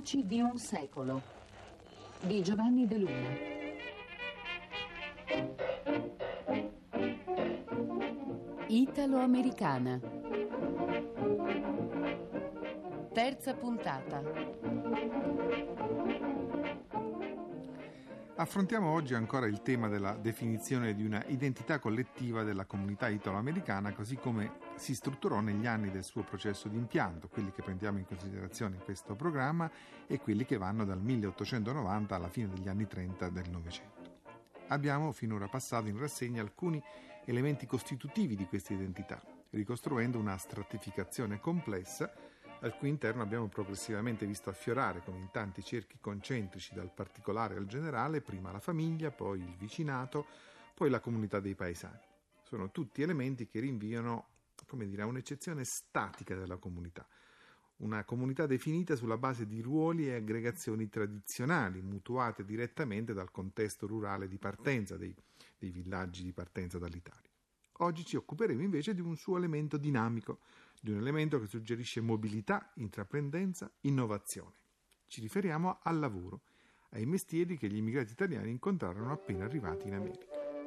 Voci di un secolo di Giovanni De Luna. Italo-americana. Terza puntata. Affrontiamo oggi ancora il tema della definizione di una identità collettiva della comunità italo-americana, così come si strutturò negli anni del suo processo di impianto, quelli che prendiamo in considerazione in questo programma e quelli che vanno dal 1890 alla fine degli anni 30 del Novecento. Abbiamo finora passato in rassegna alcuni elementi costitutivi di questa identità, ricostruendo una stratificazione complessa al cui interno abbiamo progressivamente visto affiorare, come in tanti cerchi concentrici, dal particolare al generale, prima la famiglia, poi il vicinato, poi la comunità dei paesani. Sono tutti elementi che rinviano, a un'eccezione statica della comunità, una comunità definita sulla base di ruoli e aggregazioni tradizionali, mutuate direttamente dal contesto rurale di partenza, dei villaggi di partenza dall'Italia. Oggi ci occuperemo invece di un suo elemento dinamico, di un elemento che suggerisce mobilità, intraprendenza, innovazione. Ci riferiamo al lavoro, ai mestieri che gli immigrati italiani incontrarono appena arrivati in America.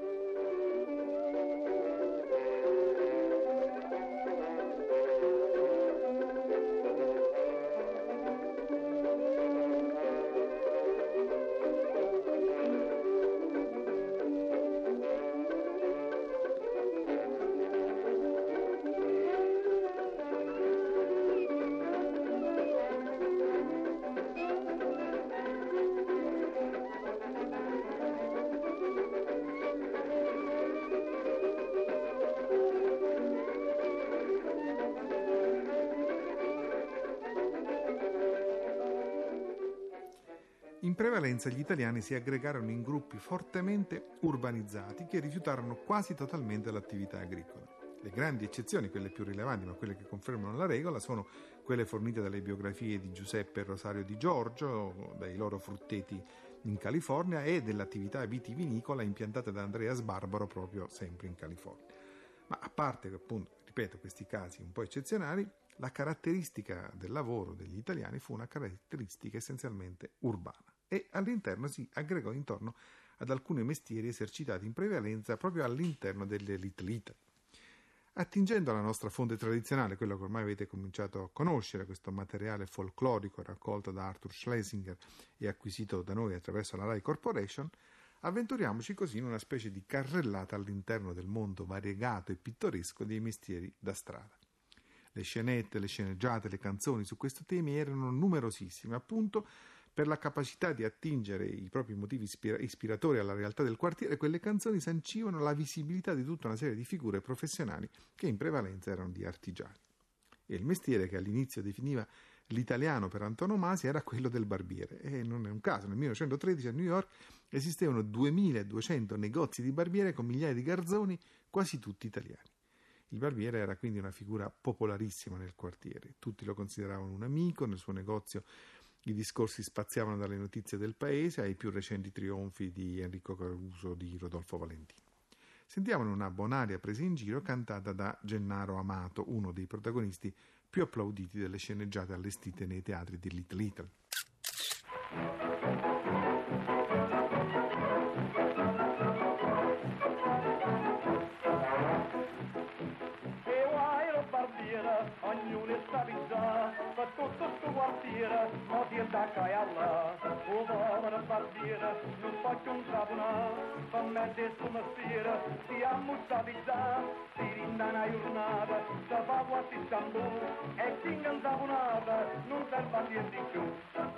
In prevalenza gli italiani si aggregarono in gruppi fortemente urbanizzati che rifiutarono quasi totalmente l'attività agricola. Le grandi eccezioni, quelle più rilevanti ma quelle che confermano la regola, sono quelle fornite dalle biografie di Giuseppe e Rosario Di Giorgio, dai loro frutteti in California, e dell'attività vitivinicola impiantata da Andrea Sbarbaro proprio sempre in California. Ma a parte, appunto, ripeto, questi casi un po' eccezionali, la caratteristica del lavoro degli italiani fu una caratteristica essenzialmente urbana e all'interno si aggregò intorno ad alcuni mestieri esercitati in prevalenza proprio all'interno delle Little Italy. Attingendo alla nostra fonte tradizionale, quello che ormai avete cominciato a conoscere, questo materiale folclorico raccolto da Arthur Schlesinger e acquisito da noi attraverso la Rai Corporation, avventuriamoci così in una specie di carrellata all'interno del mondo variegato e pittoresco dei mestieri da strada. Le scenette, le sceneggiate, le canzoni su questi temi erano numerosissime, appunto per la capacità di attingere i propri motivi ispiratori alla realtà del quartiere. Quelle canzoni sancivano la visibilità di tutta una serie di figure professionali che in prevalenza erano di artigiani. E il mestiere che all'inizio definiva l'italiano per antonomasia era quello del barbiere. E non è un caso, nel 1913 a New York esistevano 2200 negozi di barbiere con migliaia di garzoni, quasi tutti italiani. Il barbiere era quindi una figura popolarissima nel quartiere, tutti lo consideravano un amico, nel suo negozio i discorsi spaziavano dalle notizie del paese ai più recenti trionfi di Enrico Caruso, di Rodolfo Valentino. Sentiamone una bonaria presa in giro cantata da Gennaro Amato, uno dei protagonisti più applauditi delle sceneggiate allestite nei teatri di Little Italy. Ognuno sta bizza, per tutto sto quartiere, ma ti da caia o povero barbiere, non faccio un savonà, fa mezzo sto mestiere, ti sta bizza, ti rinda una giornata, sta fa quasi stambù, e ti savonata, non serve a dire di più.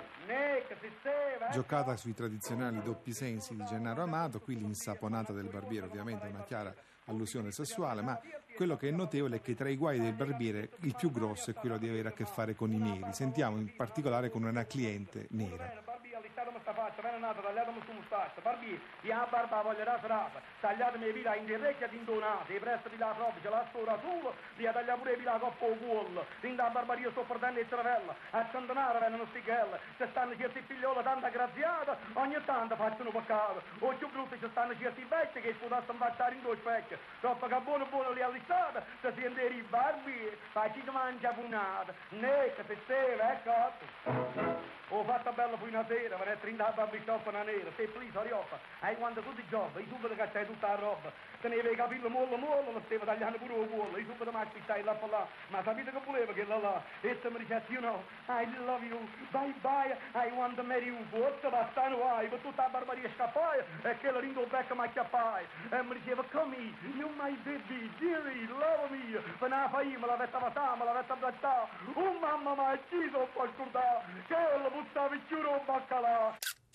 Giocata sui tradizionali doppi sensi di Gennaro Amato, qui l'insaponata del barbiere ovviamente è una chiara allusione sessuale, ma quello che è notevole è che tra i guai del barbiere il più grosso è quello di avere a che fare con i neri. Sentiamo in particolare con una cliente nera. mustaccia, viene nata, tagliatemi su mustaccia, barbiere, di a barba voglio la serata, tagliatemi le pila in diretta e indonate, i presti di la roba, ce la stora solo, di a tagliare pure la coppa o cuollo, fin da barbaria sto perdendo il cervello, a Santonara vengono stichelle, se stanno certi figlioli tanta graziata, ogni tanto facciano peccato, o più brutti ci stanno certi vecchi che spudassero facciare in due specchi, troppo che buono li allissate, se si interi i barbieri, facci mangia punata, necca, se steve, ecco. Ho fatto bello poi una sera, per essere in da barbichoppa una nera, se please, arioppa, hai quando tutti i job, hai subito che c'hai tutta la roba, tenevi i capelli mollo, lo stavo tagliando pure il cuore, hai subito mi aspettavi là per là, ma sapete che voleva che là, e se mi dicesse, you know, I love you, bye bye, I want to marry you, forse bastano hai, per tutta la barbaria scappai, e che la ringo becca mi acchiappai, e mi diceva, come here, you my baby, dearie, love me, per la fai, me l'avete passata, me l'avete abbracciata, oh mamma mia, ci sono po' scordata, che lo buttavi giù un baccalà.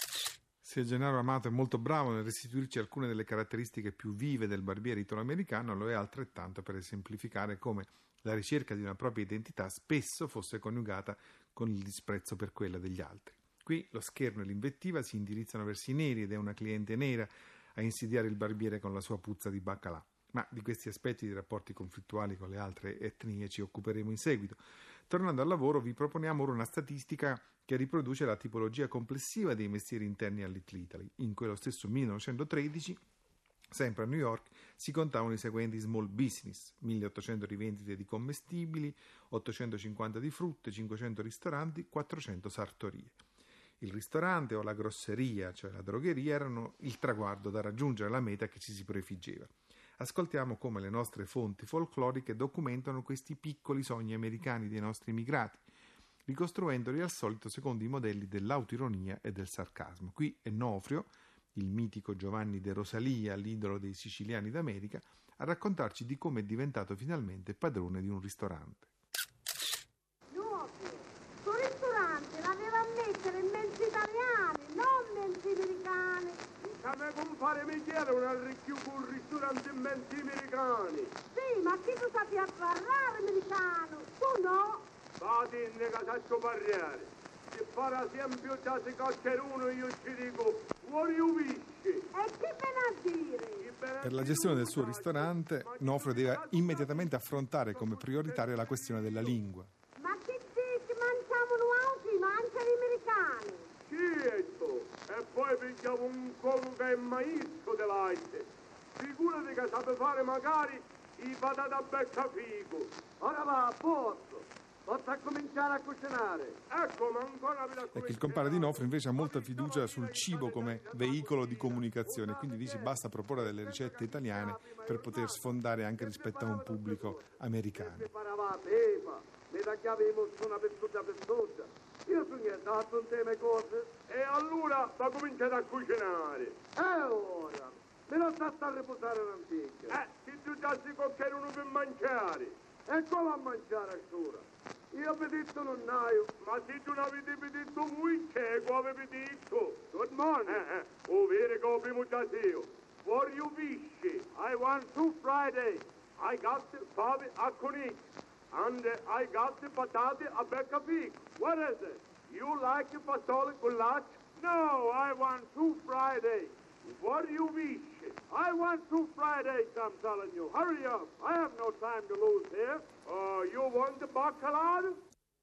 Se Gennaro Amato è molto bravo nel restituirci alcune delle caratteristiche più vive del barbiere italoamericano, lo è altrettanto per esemplificare come la ricerca di una propria identità spesso fosse coniugata con il disprezzo per quella degli altri. Qui lo scherno e l'invettiva si indirizzano verso i neri ed è una cliente nera a insidiare il barbiere con la sua puzza di baccalà. Ma di questi aspetti di rapporti conflittuali con le altre etnie ci occuperemo in seguito. Tornando al lavoro, vi proponiamo ora una statistica che riproduce la tipologia complessiva dei mestieri interni a Little Italy. In quello stesso 1913, sempre a New York, si contavano i seguenti small business: 1800 rivendite di commestibili, 850 di frutte, 500 ristoranti, 400 sartorie. Il ristorante o la grosseria, cioè la drogheria, erano il traguardo da raggiungere, la meta che ci si prefiggeva. Ascoltiamo come le nostre fonti folcloriche documentano questi piccoli sogni americani dei nostri immigrati, ricostruendoli al solito secondo i modelli dell'autoironia e del sarcasmo. Qui è Nofrio, il mitico Giovanni de Rosalia, l'idolo dei siciliani d'America, a raccontarci di come è diventato finalmente padrone di un ristorante. Nofrio, sto ristorante l'aveva a mettere in mezzi italiani, non mezzi americani. A me compare mi chiede un arricchio con un ristorante in mezzi americani. Sì, ma chi tu sapi a parlare americano? Tu no? Vadi che sacco parlare. Se per esempio già si caccia uno io ci dico, vuoi un visci? E chi viene a dire? Per la gestione del suo ristorante, Nofrio deve immediatamente affrontare come prioritaria la questione della lingua. Ma chi dici mangiamo altri, mangia gli americani? Certo, e poi pigliamo un covo che è maestro dell'arte. Figurati che sape fare magari i patate a becca figo. Ora va, a posto. Posso cominciare a cucinare. Ecco, ma ancora vi la Ecco, il compare di Nofrio invece ha molta fiducia sul cibo come veicolo di comunicazione, quindi dice basta proporre delle ricette italiane per poter sfondare anche rispetto a un pubblico americano. Ne tagliavamo una pezzuta a pezzuta. Io sono niente, un tema cose. E allora va cominciare a cucinare. E ora? Me lo sta a riposare un'antica. Se tu dassi qualche uno per mangiare. E come a mangiare a sura? Io appetito non ho. Ma se tu non avete appetito voi, c'è come appetito. Good morning. O vero che ho primo già io. For you fish, I want 2 Friday. I got the fave a conic. And I got the patate a becca pig. What is it? You like the fasole goulash? No, I want 2 Friday. For you fish. I want 2 Fridays, I'm telling you. Hurry up. I have no time to lose here. You want the baccalà?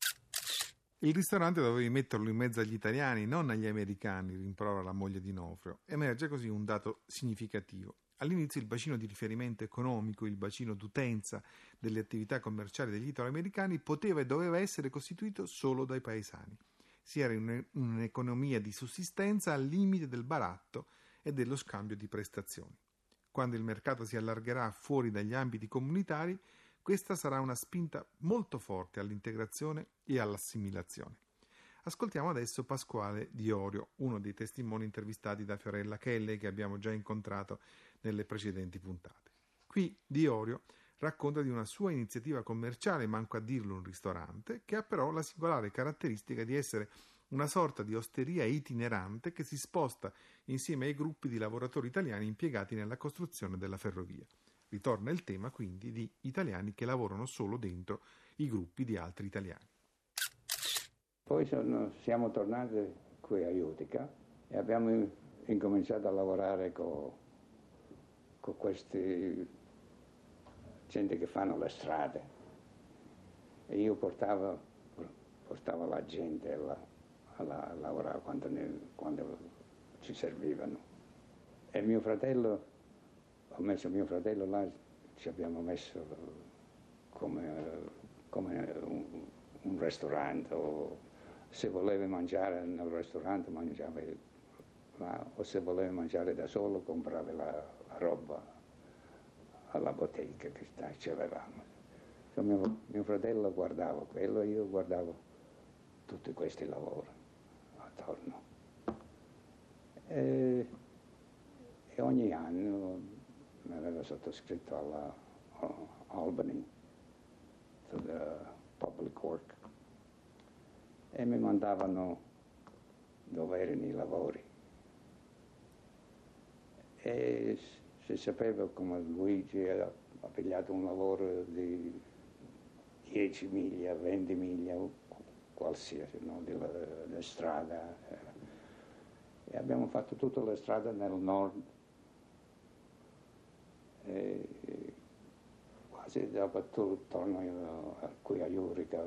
Il ristorante dovevi metterlo in mezzo agli italiani, non agli americani, rimprovera la moglie di Nofrio. Emerge così un dato significativo. All'inizio il bacino di riferimento economico, il bacino d'utenza delle attività commerciali degli italoamericani poteva e doveva essere costituito solo dai paesani. Si era in un'economia di sussistenza al limite del baratto e dello scambio di prestazioni. Quando il mercato si allargherà fuori dagli ambiti comunitari, questa sarà una spinta molto forte all'integrazione e all'assimilazione. Ascoltiamo adesso Pasquale Diorio, uno dei testimoni intervistati da Fiorella Kelley che abbiamo già incontrato nelle precedenti puntate. Qui Diorio racconta di una sua iniziativa commerciale, manco a dirlo un ristorante, che ha però la singolare caratteristica di essere una sorta di osteria itinerante che si sposta insieme ai gruppi di lavoratori italiani impiegati nella costruzione della ferrovia. Ritorna il tema quindi di italiani che lavorano solo dentro i gruppi di altri italiani. Poi siamo tornati qui a Utica E abbiamo incominciato a lavorare con questi gente che fanno le strade. E io portavo la gente a lavorare quando ci servivano. E mio fratello, ho messo mio fratello là, ci abbiamo messo come un ristorante, o se volevi mangiare nel ristorante mangiavi là, o se volevi mangiare da solo compravi la roba alla bottega che ci avevamo. Mio fratello guardava quello e io guardavo tutti questi lavori attorno. E ogni anno mi aveva sottoscritto alla Albany, to the Public Work, e mi mandavano dove erano i lavori. E si sapeva come Luigi ha pigliato un lavoro di 10 miglia, 20 miglia, qualsiasi, no? di strada. E abbiamo fatto tutte le strade nel nord. E quasi dopo tu torni qui a Iurica,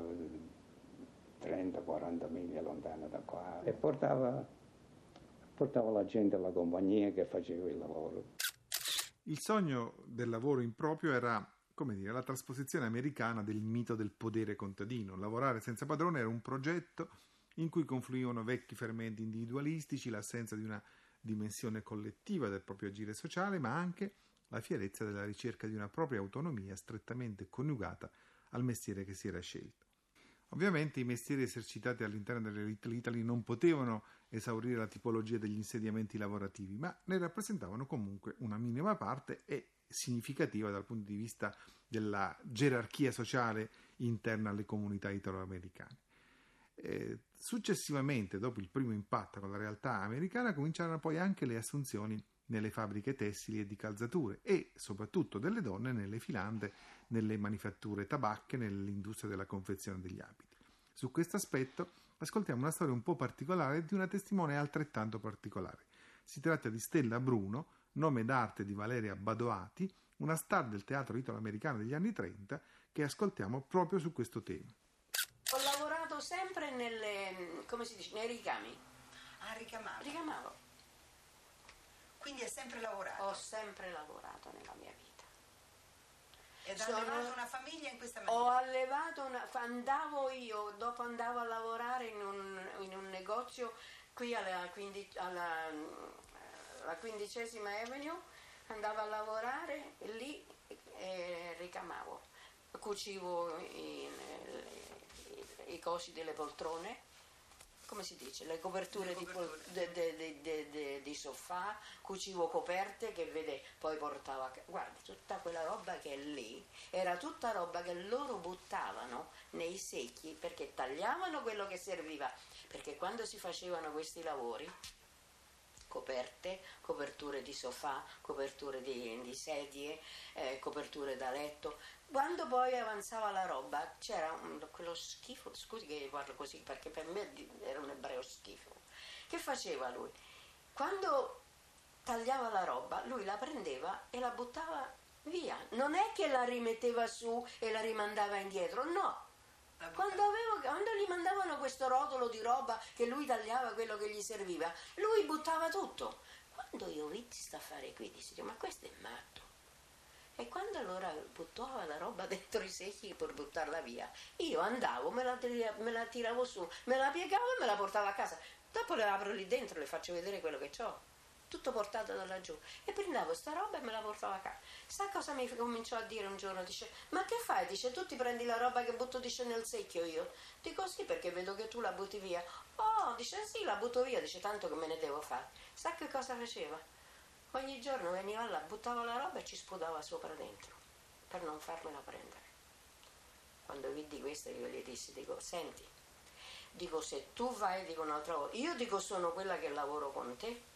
30-40 miglia lontano da qua, e portava la gente alla compagnia che faceva il lavoro. Il sogno del lavoro improprio era, come dire, la trasposizione americana del mito del podere contadino. Lavorare senza padrone era un progetto in cui confluivano vecchi fermenti individualistici, l'assenza di una dimensione collettiva del proprio agire sociale, ma anche la fierezza della ricerca di una propria autonomia strettamente coniugata al mestiere che si era scelto. Ovviamente i mestieri esercitati all'interno delle Little Italy non potevano esaurire la tipologia degli insediamenti lavorativi, ma ne rappresentavano comunque una minima parte e significativa dal punto di vista della gerarchia sociale interna alle comunità italoamericane. Successivamente, dopo il primo impatto con la realtà americana, cominciarono poi anche le assunzioni nelle fabbriche tessili e di calzature e soprattutto delle donne nelle filande, nelle manifatture tabacche, nell'industria della confezione degli abiti. Su questo aspetto ascoltiamo una storia un po' particolare di una testimone altrettanto particolare. Si tratta di Stella Bruno, nome d'arte di Valeria Badoati, una star del teatro italo-americano degli anni 30, che ascoltiamo proprio su questo tema. Ho lavorato sempre nei ricami. Ah, Ricamavo. Quindi hai sempre lavorato? Ho sempre lavorato nella mia vita. Ed hai allevato una famiglia in questa maniera? Ho allevato andavo a lavorare in un negozio qui alla 15ª Avenue, andavo a lavorare lì e ricamavo, cucivo i cosi delle poltrone, come si dice, le coperture di sofà, cucivo coperte che poi portavo guarda, tutta quella roba che è lì era tutta roba che loro buttavano nei secchi perché tagliavano quello che serviva, perché quando si facevano questi lavori, coperte, coperture di sofà, coperture di sedie, coperture da letto, quando poi avanzava la roba c'era quello schifo, scusi che parlo così perché per me era un ebreo schifo, che faceva lui? Quando tagliava la roba lui la prendeva e la buttava via, non è che la rimetteva su e la rimandava indietro, no. Quando gli mandavano questo rotolo di roba che lui tagliava quello che gli serviva, lui buttava tutto. Quando io vidi sta affare qui dissi, ma questo è matto. E quando allora buttava la roba dentro i secchi per buttarla via, io andavo, me la tiravo su, me la piegavo e me la portavo a casa. Dopo le apro lì dentro e le faccio vedere quello che ho. Tutto portato da laggiù, e prendevo sta roba e me la portavo a casa. Sa cosa mi cominciò a dire un giorno? Dice, ma che fai? Dice, tu ti prendi la roba che butto, dice, nel secchio io. Dico sì, perché vedo che tu la butti via. Oh, dice, sì, la butto via, dice, tanto che me ne devo fare. Sa che cosa faceva? Ogni giorno veniva là, buttava la roba e ci sputava sopra dentro per non farmela prendere. Quando vidi questo io gli dissi, dico, senti, dico, se tu vai, dico un'altra volta, io dico sono quella che lavoro con te,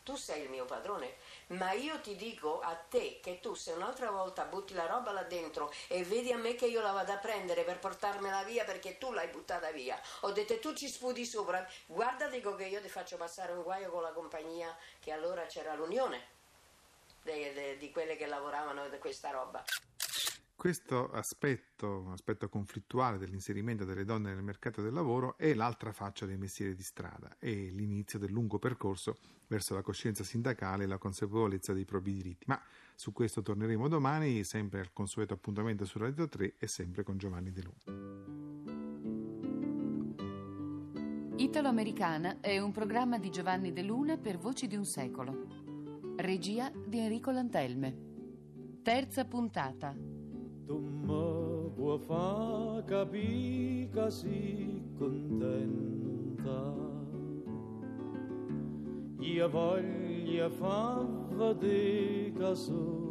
tu sei il mio padrone, ma io ti dico a te che tu se un'altra volta butti la roba là dentro e vedi a me che io la vado a prendere per portarmela via perché tu l'hai buttata via, ho detto tu ci sputi sopra, guarda, dico che io ti faccio passare un guaio con la compagnia, che allora c'era l'unione di quelle che lavoravano di questa roba. Questo aspetto conflittuale dell'inserimento delle donne nel mercato del lavoro è l'altra faccia dei mestieri di strada e l'inizio del lungo percorso verso la coscienza sindacale e la consapevolezza dei propri diritti. Ma su questo torneremo domani, sempre al consueto appuntamento su Radio 3 e sempre con Giovanni De Luna. Italo-Americana è un programma di Giovanni De Luna per Voci di un secolo. Regia di Enrico Lantelme. Terza puntata. Tu mi puoi far capire che sei contenta, io voglio far vedere che sono